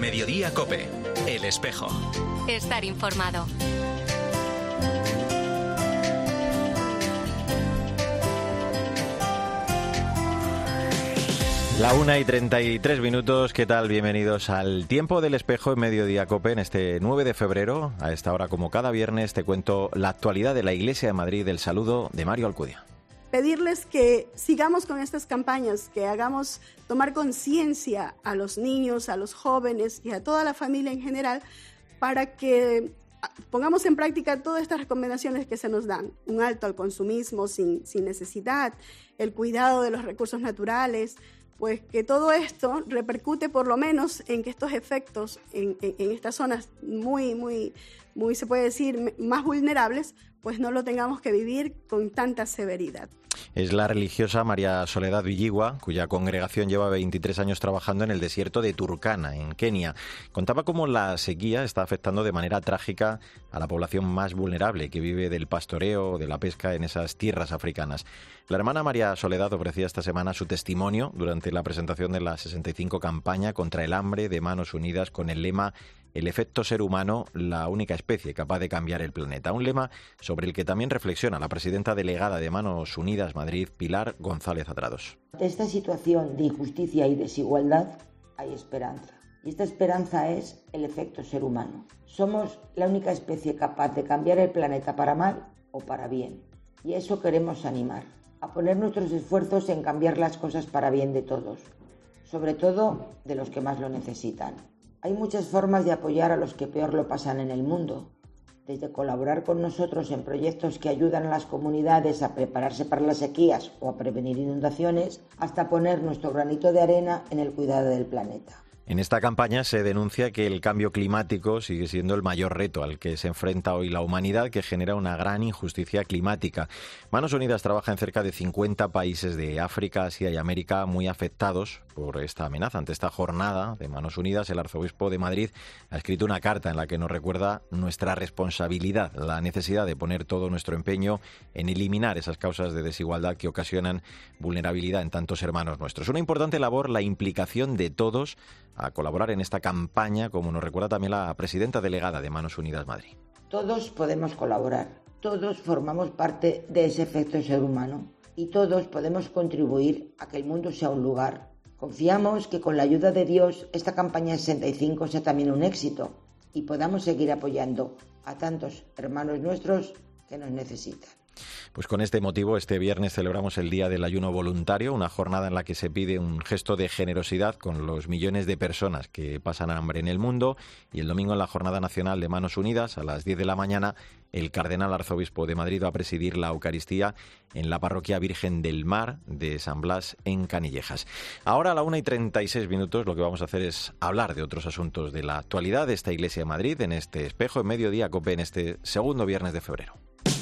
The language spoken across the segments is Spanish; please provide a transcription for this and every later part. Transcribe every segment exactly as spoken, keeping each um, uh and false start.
Mediodía COPE. El Espejo. Estar informado. La una y treinta y tres minutos, ¿qué tal? Bienvenidos al Tiempo del Espejo en Mediodía COPE en este nueve de febrero. A esta hora, como cada viernes, te cuento la actualidad de la Iglesia de Madrid. El saludo de Mario Alcudia. Pedirles que sigamos con estas campañas, que hagamos tomar conciencia a los niños, a los jóvenes y a toda la familia en general para que pongamos en práctica todas estas recomendaciones que se nos dan. Un alto al consumismo sin, sin necesidad, el cuidado de los recursos naturales, pues que todo esto repercute por lo menos en que estos efectos en, en, en estas zonas muy, muy, muy, se puede decir, más vulnerables, pues no lo tengamos que vivir con tanta severidad. Es la religiosa María Soledad Villigua, cuya congregación lleva veintitrés años trabajando en el desierto de Turkana, en Kenia. Contaba cómo la sequía está afectando de manera trágica a la población más vulnerable que vive del pastoreo o de la pesca en esas tierras africanas. La hermana María Soledad ofrecía esta semana su testimonio durante la presentación de la sesenta y cinco campaña contra el hambre de Manos Unidas con el lema "El efecto ser humano, la única especie capaz de cambiar el planeta". Un lema sobre el que también reflexiona la presidenta delegada de Manos Unidas Madrid, Pilar González Atrados. De esta situación de injusticia y desigualdad hay esperanza. Y esta esperanza es el efecto ser humano. Somos la única especie capaz de cambiar el planeta para mal o para bien. Y a eso queremos animar, a poner nuestros esfuerzos en cambiar las cosas para bien de todos, sobre todo de los que más lo necesitan. Hay muchas formas de apoyar a los que peor lo pasan en el mundo, desde colaborar con nosotros en proyectos que ayudan a las comunidades a prepararse para las sequías o a prevenir inundaciones, hasta poner nuestro granito de arena en el cuidado del planeta. En esta campaña se denuncia que el cambio climático sigue siendo el mayor reto al que se enfrenta hoy la humanidad, que genera una gran injusticia climática. Manos Unidas trabaja en cerca de cincuenta países de África, Asia y América muy afectados por esta amenaza. Ante esta jornada de Manos Unidas, el arzobispo de Madrid ha escrito una carta en la que nos recuerda nuestra responsabilidad, la necesidad de poner todo nuestro empeño en eliminar esas causas de desigualdad que ocasionan vulnerabilidad en tantos hermanos nuestros. Una importante labor, la implicación de todos a colaborar en esta campaña, como nos recuerda también la presidenta delegada de Manos Unidas Madrid. Todos podemos colaborar, todos formamos parte de ese efecto ser humano y todos podemos contribuir a que el mundo sea un lugar. Confiamos que con la ayuda de Dios esta campaña sesenta y cinco sea también un éxito y podamos seguir apoyando a tantos hermanos nuestros que nos necesitan. Pues con este motivo, este viernes celebramos el Día del Ayuno Voluntario, una jornada en la que se pide un gesto de generosidad con los millones de personas que pasan hambre en el mundo. Y el domingo, en la Jornada Nacional de Manos Unidas, a las diez de la mañana, el cardenal arzobispo de Madrid va a presidir la Eucaristía en la parroquia Virgen del Mar de San Blas, en Canillejas. Ahora, a la una y treinta y seis minutos, lo que vamos a hacer es hablar de otros asuntos de la actualidad de esta Iglesia de Madrid, en este Espejo en Mediodía COPE, en este segundo viernes de febrero.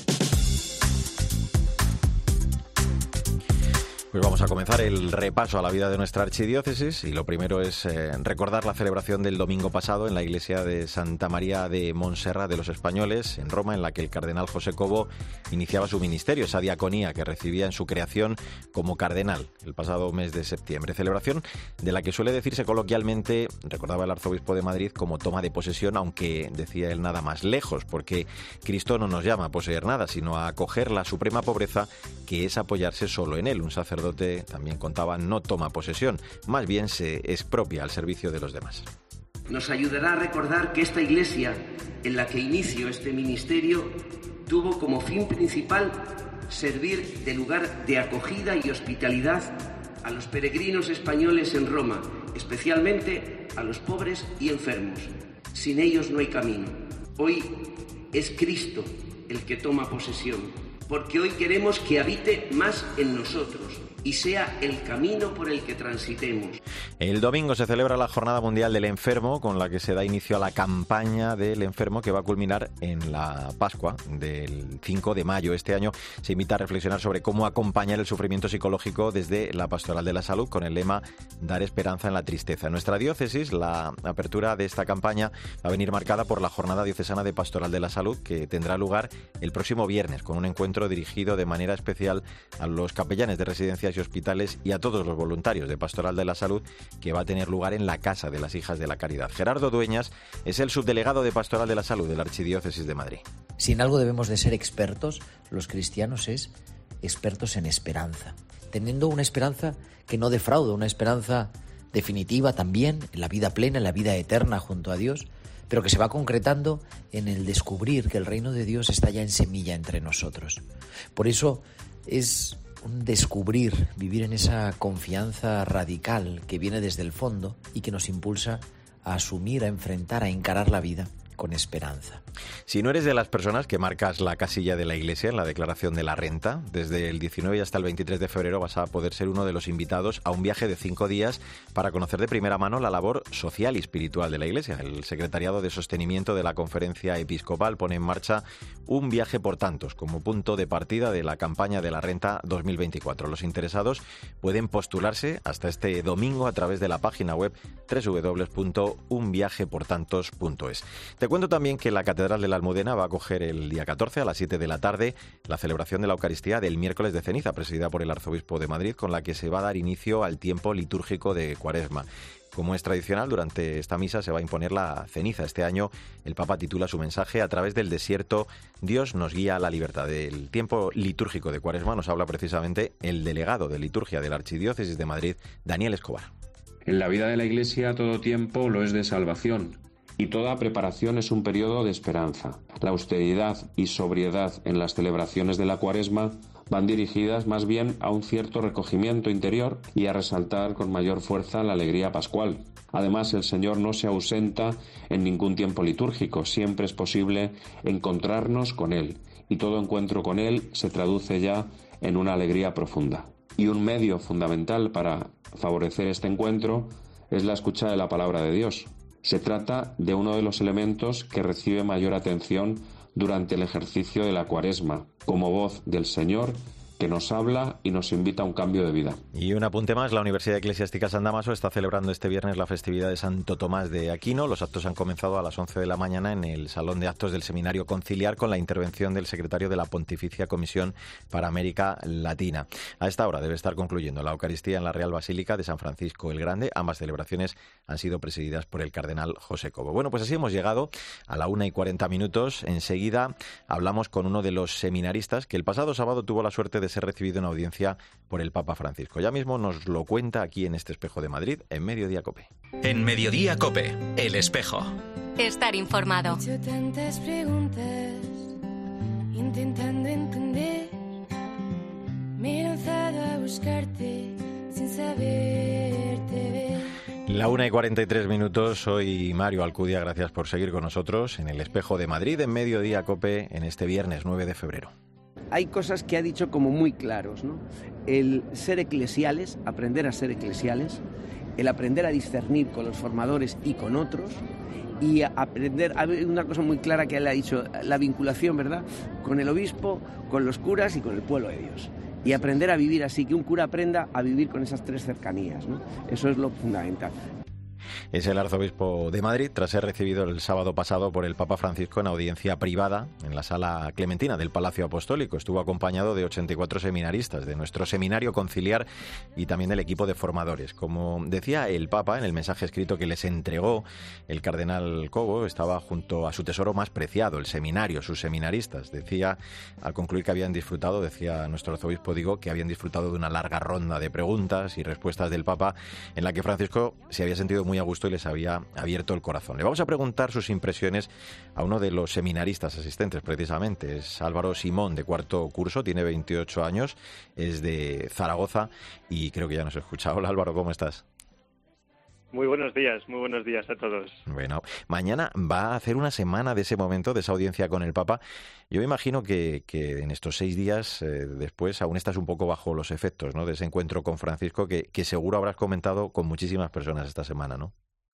Pues vamos a comenzar el repaso a la vida de nuestra archidiócesis y lo primero es eh, recordar la celebración del domingo pasado en la iglesia de Santa María de Montserrat de los Españoles, en Roma, en la que el cardenal José Cobo iniciaba su ministerio, esa diaconía que recibía en su creación como cardenal el pasado mes de septiembre. Celebración de la que suele decirse coloquialmente, recordaba el arzobispo de Madrid, como toma de posesión, aunque decía él nada más lejos, porque Cristo no nos llama a poseer nada, sino a acoger la suprema pobreza que es apoyarse solo en él. Un sacerdote, también contaba, no toma posesión, más bien se expropia al servicio de los demás. Nos ayudará a recordar que esta iglesia, en la que inicio este ministerio, tuvo como fin principal servir de lugar de acogida y hospitalidad a los peregrinos españoles en Roma, especialmente a los pobres y enfermos. Sin ellos no hay camino. Hoy es Cristo el que toma posesión, porque hoy queremos que habite más en nosotros y sea el camino por el que transitemos. El domingo se celebra la Jornada Mundial del Enfermo, con la que se da inicio a la campaña del enfermo, que va a culminar en la Pascua del cinco de mayo. Este año se invita a reflexionar sobre cómo acompañar el sufrimiento psicológico desde la Pastoral de la Salud, con el lema "Dar esperanza en la tristeza". En nuestra diócesis, la apertura de esta campaña va a venir marcada por la Jornada Diocesana de Pastoral de la Salud, que tendrá lugar el próximo viernes, con un encuentro dirigido de manera especial a los capellanes de residencias y hospitales y a todos los voluntarios de Pastoral de la Salud, que va a tener lugar en la Casa de las Hijas de la Caridad. Gerardo Dueñas es el subdelegado de Pastoral de la Salud de la Archidiócesis de Madrid. Si en algo debemos de ser expertos, los cristianos, es expertos en esperanza. Teniendo una esperanza que no defrauda, una esperanza definitiva también, en la vida plena, en la vida eterna junto a Dios, pero que se va concretando en el descubrir que el reino de Dios está ya en semilla entre nosotros. Por eso es un descubrir, vivir en esa confianza radical que viene desde el fondo y que nos impulsa a asumir, a enfrentar, a encarar la vida con esperanza. Si no eres de las personas que marcas la casilla de la Iglesia en la declaración de la renta, desde el diecinueve y hasta el veintitrés de febrero vas a poder ser uno de los invitados a un viaje de cinco días para conocer de primera mano la labor social y espiritual de la Iglesia. El Secretariado de Sostenimiento de la Conferencia Episcopal pone en marcha un viaje por tantos como punto de partida de la campaña de la renta dos mil veinticuatro. Los interesados pueden postularse hasta este domingo a través de la página web doble u doble u doble u punto un viaje por tantos punto es. Te cuento también que la Catedral de la Almudena va a acoger el día catorce a las siete de la tarde la celebración de la Eucaristía del miércoles de ceniza, presidida por el Arzobispo de Madrid, con la que se va a dar inicio al tiempo litúrgico de Cuaresma. Como es tradicional, durante esta misa se va a imponer la ceniza. Este año el Papa titula su mensaje: a través del desierto, Dios nos guía a la libertad. Del tiempo litúrgico de Cuaresma nos habla precisamente el delegado de liturgia de la Archidiócesis de Madrid, Daniel Escobar. En la vida de la Iglesia todo tiempo lo es de salvación. Y toda preparación es un periodo de esperanza. La austeridad y sobriedad en las celebraciones de la Cuaresma van dirigidas más bien a un cierto recogimiento interior y a resaltar con mayor fuerza la alegría pascual. Además, el Señor no se ausenta en ningún tiempo litúrgico. Siempre es posible encontrarnos con Él, y todo encuentro con Él se traduce ya en una alegría profunda. Y un medio fundamental para favorecer este encuentro es la escucha de la palabra de Dios. Se trata de uno de los elementos que recibe mayor atención durante el ejercicio de la Cuaresma, como voz del Señor que nos habla y nos invita a un cambio de vida. Y un apunte más, la Universidad Eclesiástica San Damaso está celebrando este viernes la festividad de Santo Tomás de Aquino. Los actos han comenzado a las once de la mañana en el Salón de Actos del Seminario Conciliar con la intervención del secretario de la Pontificia Comisión para América Latina. A esta hora debe estar concluyendo la Eucaristía en la Real Basílica de San Francisco el Grande. Ambas celebraciones han sido presididas por el cardenal José Cobo. Bueno, pues así hemos llegado a la una y cuarenta minutos. Enseguida hablamos con uno de los seminaristas que el pasado sábado tuvo la suerte de ser recibido en audiencia por el Papa Francisco. Ya mismo nos lo cuenta aquí en este Espejo de Madrid, en Mediodía COPE. En Mediodía COPE, El Espejo. Estar informado. He hecho tantas preguntas, intentando entender. Me he lanzado a buscarte sin saberte ver. La una y cuarenta y tres minutos, soy Mario Alcudia, gracias por seguir con nosotros en El Espejo de Madrid, en Mediodía COPE, en este viernes nueve de febrero. Hay cosas que ha dicho como muy claros, ¿no? El ser eclesiales, aprender a ser eclesiales, el aprender a discernir con los formadores y con otros, y aprender, hay una cosa muy clara que él ha dicho, la vinculación, ¿verdad?, con el obispo, con los curas y con el pueblo de Dios. Y aprender a vivir así, que un cura aprenda a vivir con esas tres cercanías, ¿no? Eso es lo fundamental. Es el arzobispo de Madrid, tras ser recibido el sábado pasado por el Papa Francisco en audiencia privada en la Sala Clementina del Palacio Apostólico. Estuvo acompañado de ochenta y cuatro seminaristas de nuestro seminario conciliar y también del equipo de formadores. Como decía el Papa en el mensaje escrito que les entregó, el cardenal Cobo estaba junto a su tesoro más preciado, el seminario, sus seminaristas. Decía, al concluir que habían disfrutado, decía nuestro arzobispo, digo, que habían disfrutado de una larga ronda de preguntas y respuestas del Papa en la que Francisco se había sentido muy a gusto y les había abierto el corazón. Le vamos a preguntar sus impresiones a uno de los seminaristas asistentes, precisamente. Es Álvaro Simón, de cuarto curso, tiene veintiocho años, es de Zaragoza y creo que ya nos escucha. Hola Álvaro, ¿cómo estás? Muy buenos días, muy buenos días a todos. Bueno, mañana va a hacer una semana de ese momento, de esa audiencia con el Papa. Yo me imagino que, que en estos seis días eh, después aún estás un poco bajo los efectos, ¿no?, de ese encuentro con Francisco que, que seguro habrás comentado con muchísimas personas esta semana, ¿no?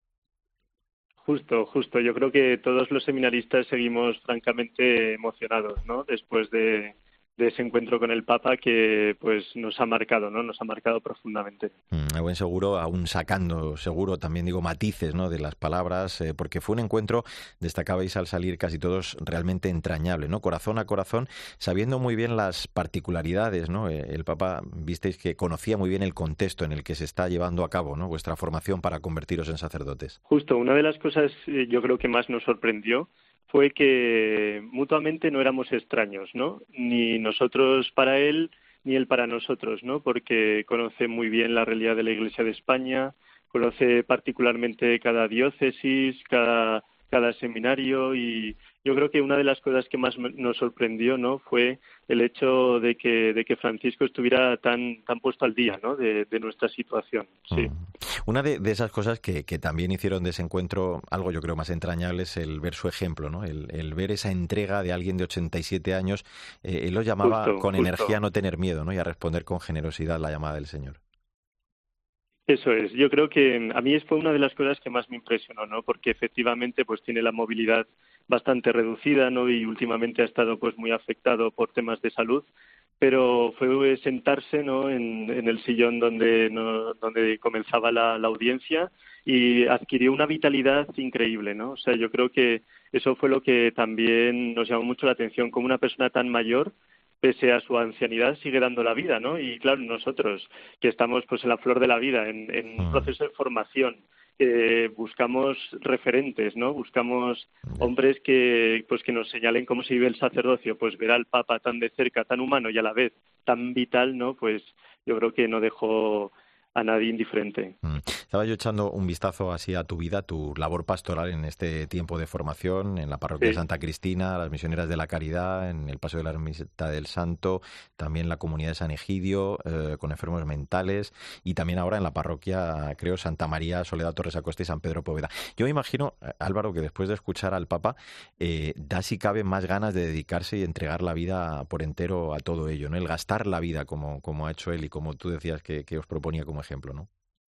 Justo, justo. Yo creo que todos los seminaristas seguimos francamente emocionados, ¿no?, después de, de ese encuentro con el Papa que pues nos ha marcado, ¿no? Nos ha marcado profundamente. Mm, a buen seguro, aún sacando, seguro, también digo, matices, ¿no?, de las palabras, eh, porque fue un encuentro, destacabais al salir casi todos, realmente entrañable, ¿no? Corazón a corazón, sabiendo muy bien las particularidades, ¿no? Eh, el Papa, visteis que conocía muy bien el contexto en el que se está llevando a cabo, ¿no?, vuestra formación para convertiros en sacerdotes. Justo, una de las cosas eh, yo creo que más nos sorprendió fue que mutuamente no éramos extraños, ¿no? Ni nosotros para él, ni él para nosotros, ¿no? Porque conoce muy bien la realidad de la Iglesia de España, conoce particularmente cada diócesis, cada, cada seminario, y yo creo que una de las cosas que más nos sorprendió, ¿no?, fue el hecho de que de que Francisco estuviera tan tan puesto al día, ¿no?, de, de nuestra situación. Sí. Mm. Una de, de esas cosas que, que también hicieron de ese encuentro algo, yo creo, más entrañable es el ver su ejemplo, ¿no? El, el ver esa entrega de alguien de ochenta y siete años. Eh, él lo llamaba Justo, con justo. energía a no tener miedo, ¿no?, y a responder con generosidad la llamada del Señor. Eso es. Yo creo que a mí fue una de las cosas que más me impresionó, ¿no? Porque efectivamente pues tiene la movilidad bastante reducida, ¿no? Y últimamente ha estado pues muy afectado por temas de salud, pero fue sentarse, ¿no?, en, en el sillón donde no, donde comenzaba la, la audiencia y adquirió una vitalidad increíble, ¿no? O sea, yo creo que eso fue lo que también nos llamó mucho la atención, como una persona tan mayor, pese a su ancianidad, sigue dando la vida, ¿no? Y claro, nosotros, que estamos pues en la flor de la vida, en, en un proceso de formación, eh, buscamos referentes, ¿no? Buscamos hombres que pues que nos señalen cómo se vive el sacerdocio, pues ver al Papa tan de cerca, tan humano y a la vez tan vital, ¿no? Pues yo creo que no dejó a nadie indiferente. Mm. Estaba yo echando un vistazo así a tu vida, tu labor pastoral en este tiempo de formación, en la parroquia Sí. de Santa Cristina, las misioneras de la Caridad, en el Paso de la Ermita del Santo, también la comunidad de San Egidio, eh, con enfermos mentales, y también ahora en la parroquia, creo, Santa María, Soledad Torres Acosta y San Pedro Poveda. Yo me imagino, Álvaro, que después de escuchar al Papa, eh, da si cabe más ganas de dedicarse y entregar la vida por entero a todo ello, ¿no? El gastar la vida como, como ha hecho él y como tú decías que, que os proponía como ejemplo, ¿no?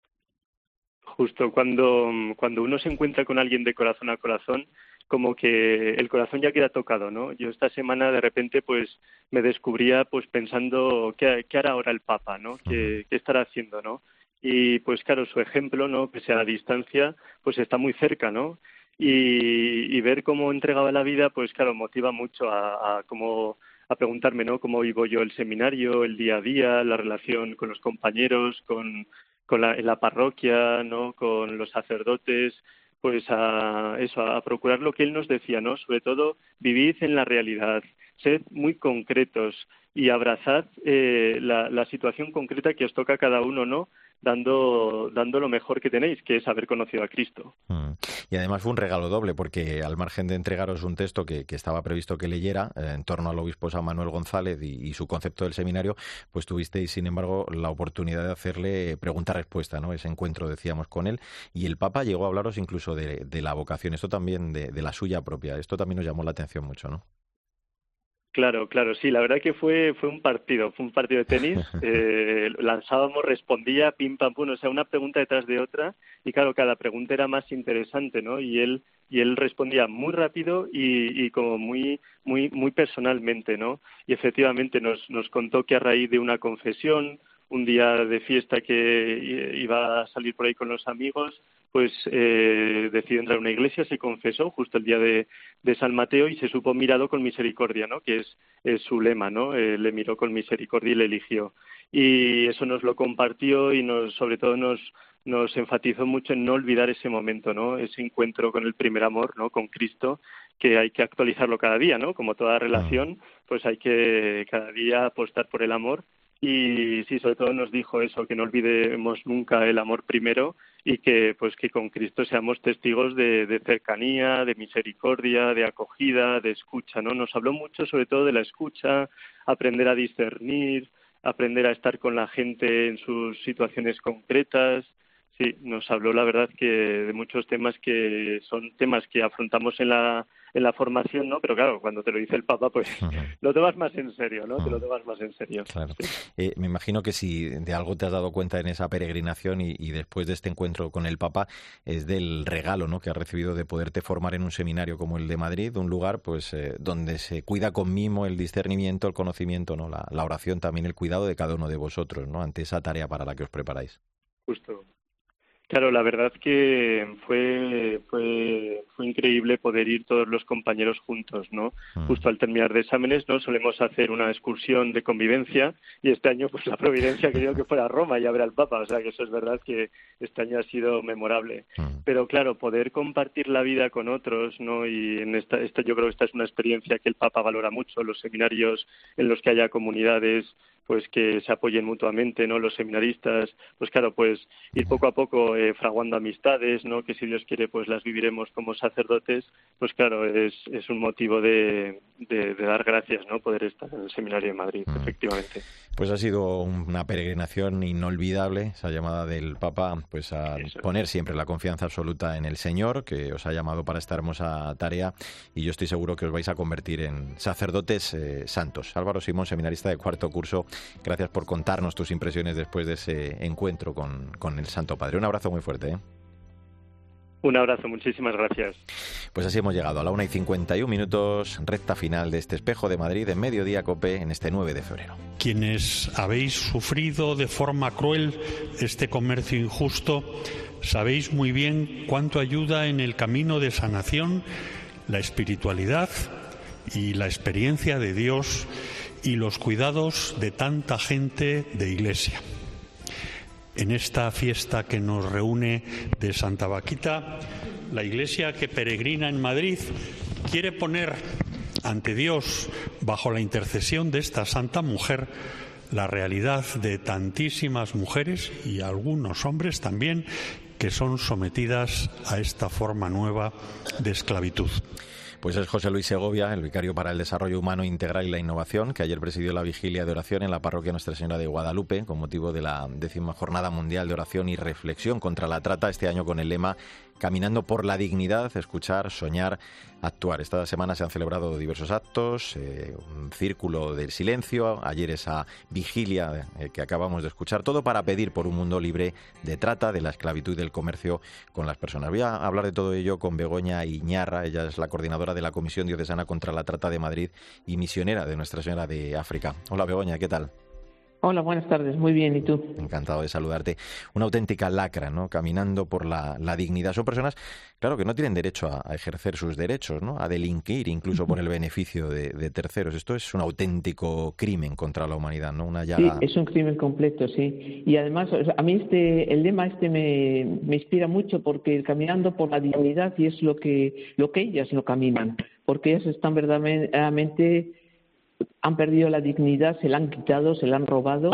Justo cuando, cuando uno se encuentra con alguien de corazón a corazón, como que el corazón ya queda tocado, ¿no? Yo esta semana de repente pues me descubría pues pensando qué, qué hará ahora el Papa, ¿no? ¿Qué, qué estará haciendo, ¿no? Y pues claro, su ejemplo, ¿no?, pese a la distancia, pues está muy cerca, ¿no? Y, y ver cómo entregaba la vida, pues claro, motiva mucho a, a cómo a preguntarme, ¿no?, cómo vivo yo el seminario, el día a día, la relación con los compañeros, con con la, en la parroquia, ¿no?, con los sacerdotes, pues a eso, a procurar lo que él nos decía, ¿no? Sobre todo, vivid en la realidad, sed muy concretos y abrazad eh, la, la situación concreta que os toca a cada uno, ¿no?, dando dando lo mejor que tenéis, que es haber conocido a Cristo. Mm. Y además fue un regalo doble, porque al margen de entregaros un texto que, que estaba previsto que leyera, eh, en torno al obispo San Manuel González y, y su concepto del seminario, pues tuvisteis, sin embargo, la oportunidad de hacerle pregunta-respuesta, ¿no? Ese encuentro, decíamos, con él, y el Papa llegó a hablaros incluso de, de la vocación, esto también de, de la suya propia, esto también nos llamó la atención mucho, ¿no? Claro, claro, sí, la verdad que fue fue un partido, fue un partido de tenis, eh, lanzábamos, respondía, pim, pam, pum, o sea, una pregunta detrás de otra, y claro, cada pregunta era más interesante, ¿no? Y él y él respondía muy rápido y, y como muy muy muy personalmente, ¿no? Y efectivamente nos nos contó que a raíz de una confesión, un día de fiesta que iba a salir por ahí con los amigos, pues eh, decidió entrar a una iglesia, se confesó justo el día de, de San Mateo y se supo mirado con misericordia, ¿no?, que es, es su lema, ¿no? Eh, le miró con misericordia y le eligió. Y eso nos lo compartió y nos, sobre todo nos, nos enfatizó mucho en no olvidar ese momento, ¿no?, ese encuentro con el primer amor, ¿no?, con Cristo, que hay que actualizarlo cada día, ¿no? Como toda relación, pues hay que cada día apostar por el amor. Y sí, sobre todo nos dijo eso, que no olvidemos nunca el amor primero y que pues que con Cristo seamos testigos de, de cercanía, de misericordia, de acogida, de escucha, ¿no? Nos habló mucho sobre todo de la escucha, aprender a discernir, aprender a estar con la gente en sus situaciones concretas. Sí, nos habló la verdad que de muchos temas que son temas que afrontamos en la en la formación, ¿no? Pero claro, cuando te lo dice el Papa, pues uh-huh. lo tomas más en serio, ¿no? Uh-huh. Te lo tomas más en serio. Claro. Sí. Eh, me imagino que si de algo te has dado cuenta en esa peregrinación y, y después de este encuentro con el Papa, es del regalo, ¿no?, que has recibido de poderte formar en un seminario como el de Madrid, un lugar pues eh, donde se cuida con mimo el discernimiento, el conocimiento, ¿no?, la, la oración, también el cuidado de cada uno de vosotros, ¿no?, ante esa tarea para la que os preparáis. Justo. Claro, la verdad que fue fue fue increíble poder ir todos los compañeros juntos, ¿no? Mm. Justo al terminar de exámenes, ¿no?, solemos hacer una excursión de convivencia y este año, pues la providencia ha querido que fuera a Roma y a ver al Papa, o sea que eso es verdad que este año ha sido memorable. Mm. Pero claro, poder compartir la vida con otros, ¿no? Y en esta, esta yo creo que esta es una experiencia que el Papa valora mucho, los seminarios en los que haya comunidades pues que se apoyen mutuamente, ¿no?, los seminaristas, pues claro, pues ir poco a poco eh, fraguando amistades, ¿no?, que si Dios quiere pues las viviremos como sacerdotes, pues claro, es, es un motivo de, de, de dar gracias, ¿no?, poder estar en el seminario de Madrid, mm. efectivamente. Pues ha sido una peregrinación inolvidable, esa llamada del Papa pues a Eso. poner siempre la confianza absoluta en el Señor, que os ha llamado para esta hermosa tarea, y yo estoy seguro que os vais a convertir en sacerdotes eh, santos. Álvaro Simón, seminarista de cuarto curso, gracias por contarnos tus impresiones después de ese encuentro con, con el Santo Padre. Un abrazo muy fuerte, ¿eh? Un abrazo, muchísimas gracias. Pues así hemos llegado a la una y cincuenta y un minutos, recta final de este Espejo de Madrid en Mediodía COPE en este nueve de febrero. Quienes habéis sufrido de forma cruel este comercio injusto, sabéis muy bien cuánto ayuda en el camino de sanación la espiritualidad y la experiencia de Dios y los cuidados de tanta gente de Iglesia. En esta fiesta que nos reúne de Santa Vaquita, la Iglesia que peregrina en Madrid quiere poner ante Dios, bajo la intercesión de esta santa mujer, la realidad de tantísimas mujeres y algunos hombres también que son sometidas a esta forma nueva de esclavitud. Pues es José Luis Segovia, el vicario para el Desarrollo Humano Integral y la Innovación, que ayer presidió la vigilia de oración en la parroquia Nuestra Señora de Guadalupe con motivo de la décima Jornada Mundial de Oración y Reflexión contra la Trata, este año con el lema Caminando por la dignidad, escuchar, soñar, actuar. Esta semana se han celebrado diversos actos, eh, un círculo del silencio, ayer esa vigilia eh, que acabamos de escuchar, todo para pedir por un mundo libre de trata, de la esclavitud y del comercio con las personas. Voy a hablar de todo ello con Begoña Iñarra, ella es la coordinadora de la Comisión Diocesana contra la Trata de Madrid y misionera de Nuestra Señora de África. Hola Begoña, ¿qué tal? Hola, buenas tardes. Muy bien, ¿y tú? Encantado de saludarte. Una auténtica lacra, ¿no? Caminando por la, la dignidad. Son personas, claro, que no tienen derecho a, a ejercer sus derechos, ¿no? A delinquir, incluso por el beneficio de, de terceros. Esto es un auténtico crimen contra la humanidad, ¿no? Una llaga... Sí, es un crimen completo, sí. Y además, a mí este, el lema este me, me inspira mucho porque caminando por la dignidad, y es lo que, lo que ellas no caminan, porque ellas están verdaderamente... han perdido la dignidad, se la han quitado, se la han robado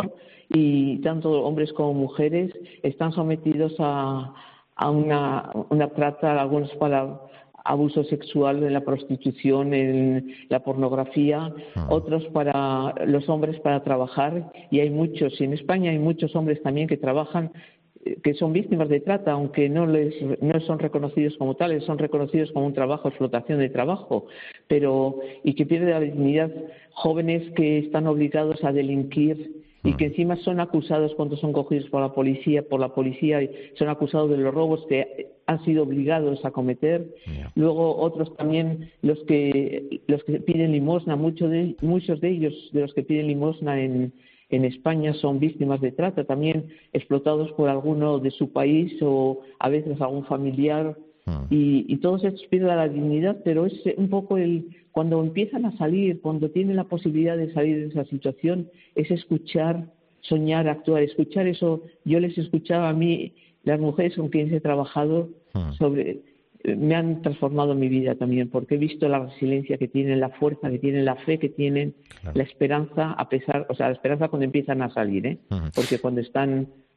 y tanto hombres como mujeres están sometidos a, a una, una trata, algunos para abuso sexual, en la prostitución, en la pornografía, ah. otros para los hombres para trabajar, y hay muchos, y en España hay muchos hombres también que trabajan, que son víctimas de trata, aunque no les no son reconocidos como tales, son reconocidos como un trabajo, explotación de trabajo, pero y que pierden la dignidad, jóvenes que están obligados a delinquir y que encima son acusados cuando son cogidos por la policía, por la policía y son acusados de los robos que han sido obligados a cometer. Yeah. Luego otros también los que los que piden limosna, muchos de muchos de ellos de los que piden limosna en En España son víctimas de trata, también explotados por alguno de su país o a veces algún familiar. Mm. Y, y todos estos pierden la dignidad, pero es un poco el cuando empiezan a salir, cuando tienen la posibilidad de salir de esa situación, es escuchar, soñar, actuar. Escuchar eso, yo les escuchaba a mí, las mujeres con quienes he trabajado, mm. sobre... me han transformado mi vida también, porque he visto la resiliencia que tienen, la fuerza que tienen, la fe que tienen, claro. la esperanza, a pesar, o sea, la esperanza cuando empiezan a salir, ¿eh? Uh-huh. Porque cuando están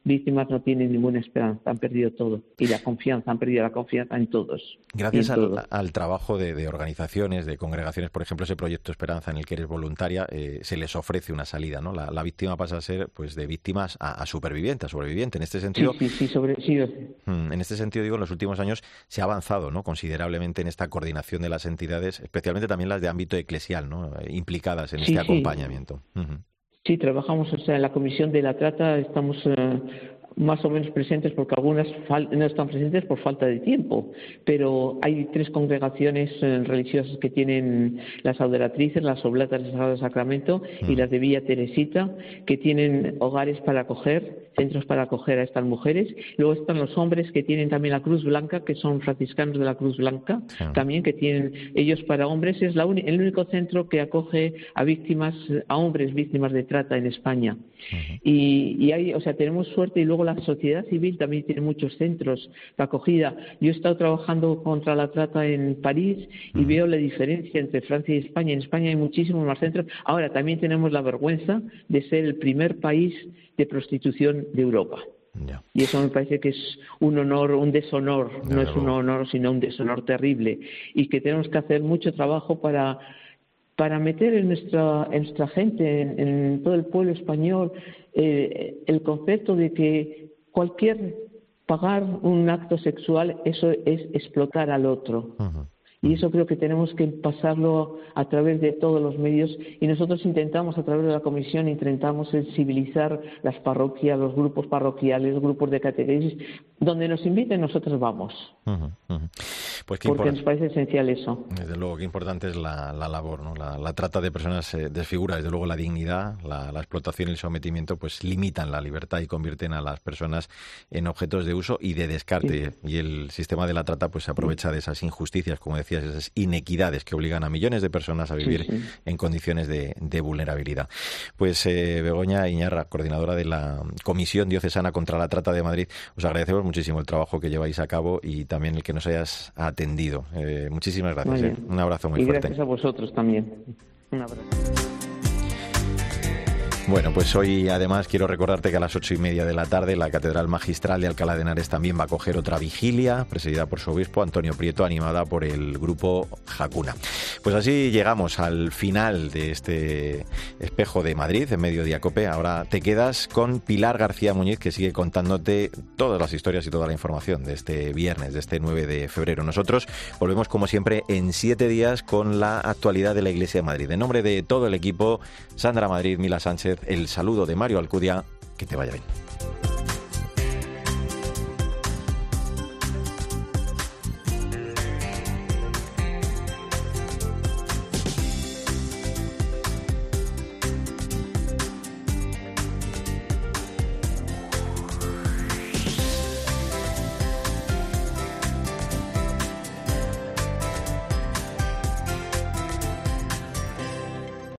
víctimas no tienen ninguna esperanza, han perdido todo. Y la confianza, han perdido la confianza en todos. Gracias en al, todo. al trabajo de, de organizaciones, de congregaciones, por ejemplo, ese proyecto Esperanza en el que eres voluntaria, eh, se les ofrece una salida, ¿no? La, la víctima pasa a ser, pues, de víctimas a, a superviviente, a sobreviviente. En este sentido, sí, sí, sí, sobre, sí. en este sentido, digo, en los últimos años se ha avanzado, ¿no?, considerablemente en esta coordinación de las entidades, especialmente también las de ámbito eclesial, ¿no?, implicadas en sí, este sí. acompañamiento. Uh-huh. Sí, trabajamos, o sea, en la Comisión de la Trata estamos eh, más o menos presentes porque algunas fal- no están presentes por falta de tiempo, pero hay tres congregaciones eh, religiosas que tienen las adoratrices, las oblatas del Sagrado Sacramento y las de Villa Teresita, que tienen hogares para acoger, centros para acoger a estas mujeres. Luego están los hombres que tienen también la Cruz Blanca, que son franciscanos de la Cruz Blanca, sí. también que tienen ellos para hombres. Es la un- el único centro que acoge a víctimas, a hombres víctimas de trata en España. Uh-huh. Y, y hay, o sea, tenemos suerte. Y luego la sociedad civil también tiene muchos centros de acogida. Yo he estado trabajando contra la trata en París y uh-huh. veo la diferencia entre Francia y España. En España hay muchísimos más centros. Ahora también tenemos la vergüenza de ser el primer país de prostitución de Europa. Yeah. Y eso me parece que es un honor, un deshonor, no, no es un honor, sino un deshonor terrible, y que tenemos que hacer mucho trabajo para para meter en nuestra en nuestra gente, en, en todo el pueblo español, eh, el concepto de que cualquier pagar un acto sexual, eso es explotar al otro. Uh-huh. Y eso creo que tenemos que pasarlo a través de todos los medios, y nosotros intentamos, a través de la comisión, intentamos sensibilizar las parroquias, los grupos parroquiales, grupos de catequesis, donde nos inviten nosotros vamos. Uh-huh, uh-huh. Pues qué porque import... nos parece esencial eso. Desde luego, qué importante es la, la labor, ¿no? La, la trata de personas eh, desfigura, desde luego la dignidad, la, la explotación y el sometimiento, pues limitan la libertad y convierten a las personas en objetos de uso y de descarte. Sí. Y el sistema de la trata pues se aprovecha de esas injusticias, como decía, esas inequidades que obligan a millones de personas a vivir sí, sí. en condiciones de, de vulnerabilidad. Pues eh, Begoña Iñarra, coordinadora de la Comisión Diocesana contra la Trata de Madrid, os agradecemos muchísimo el trabajo que lleváis a cabo y también el que nos hayas atendido. Eh, muchísimas gracias. Eh. Un abrazo muy y fuerte. Gracias a vosotros también. Un abrazo. Bueno, pues hoy además quiero recordarte que a las ocho y media de la tarde la Catedral Magistral de Alcalá de Henares también va a acoger otra vigilia, presidida por su obispo Antonio Prieto, animada por el grupo Jacuna. Pues así llegamos al final de este Espejo de Madrid, en Mediodía Cope. Ahora te quedas con Pilar García Muñiz, que sigue contándote todas las historias y toda la información de este viernes, de este nueve de febrero. Nosotros volvemos como siempre en siete días con la actualidad de la Iglesia de Madrid. En nombre de todo el equipo, Sandra Madrid, Mila Sánchez, el saludo de Mario Alcudia, que te vaya bien.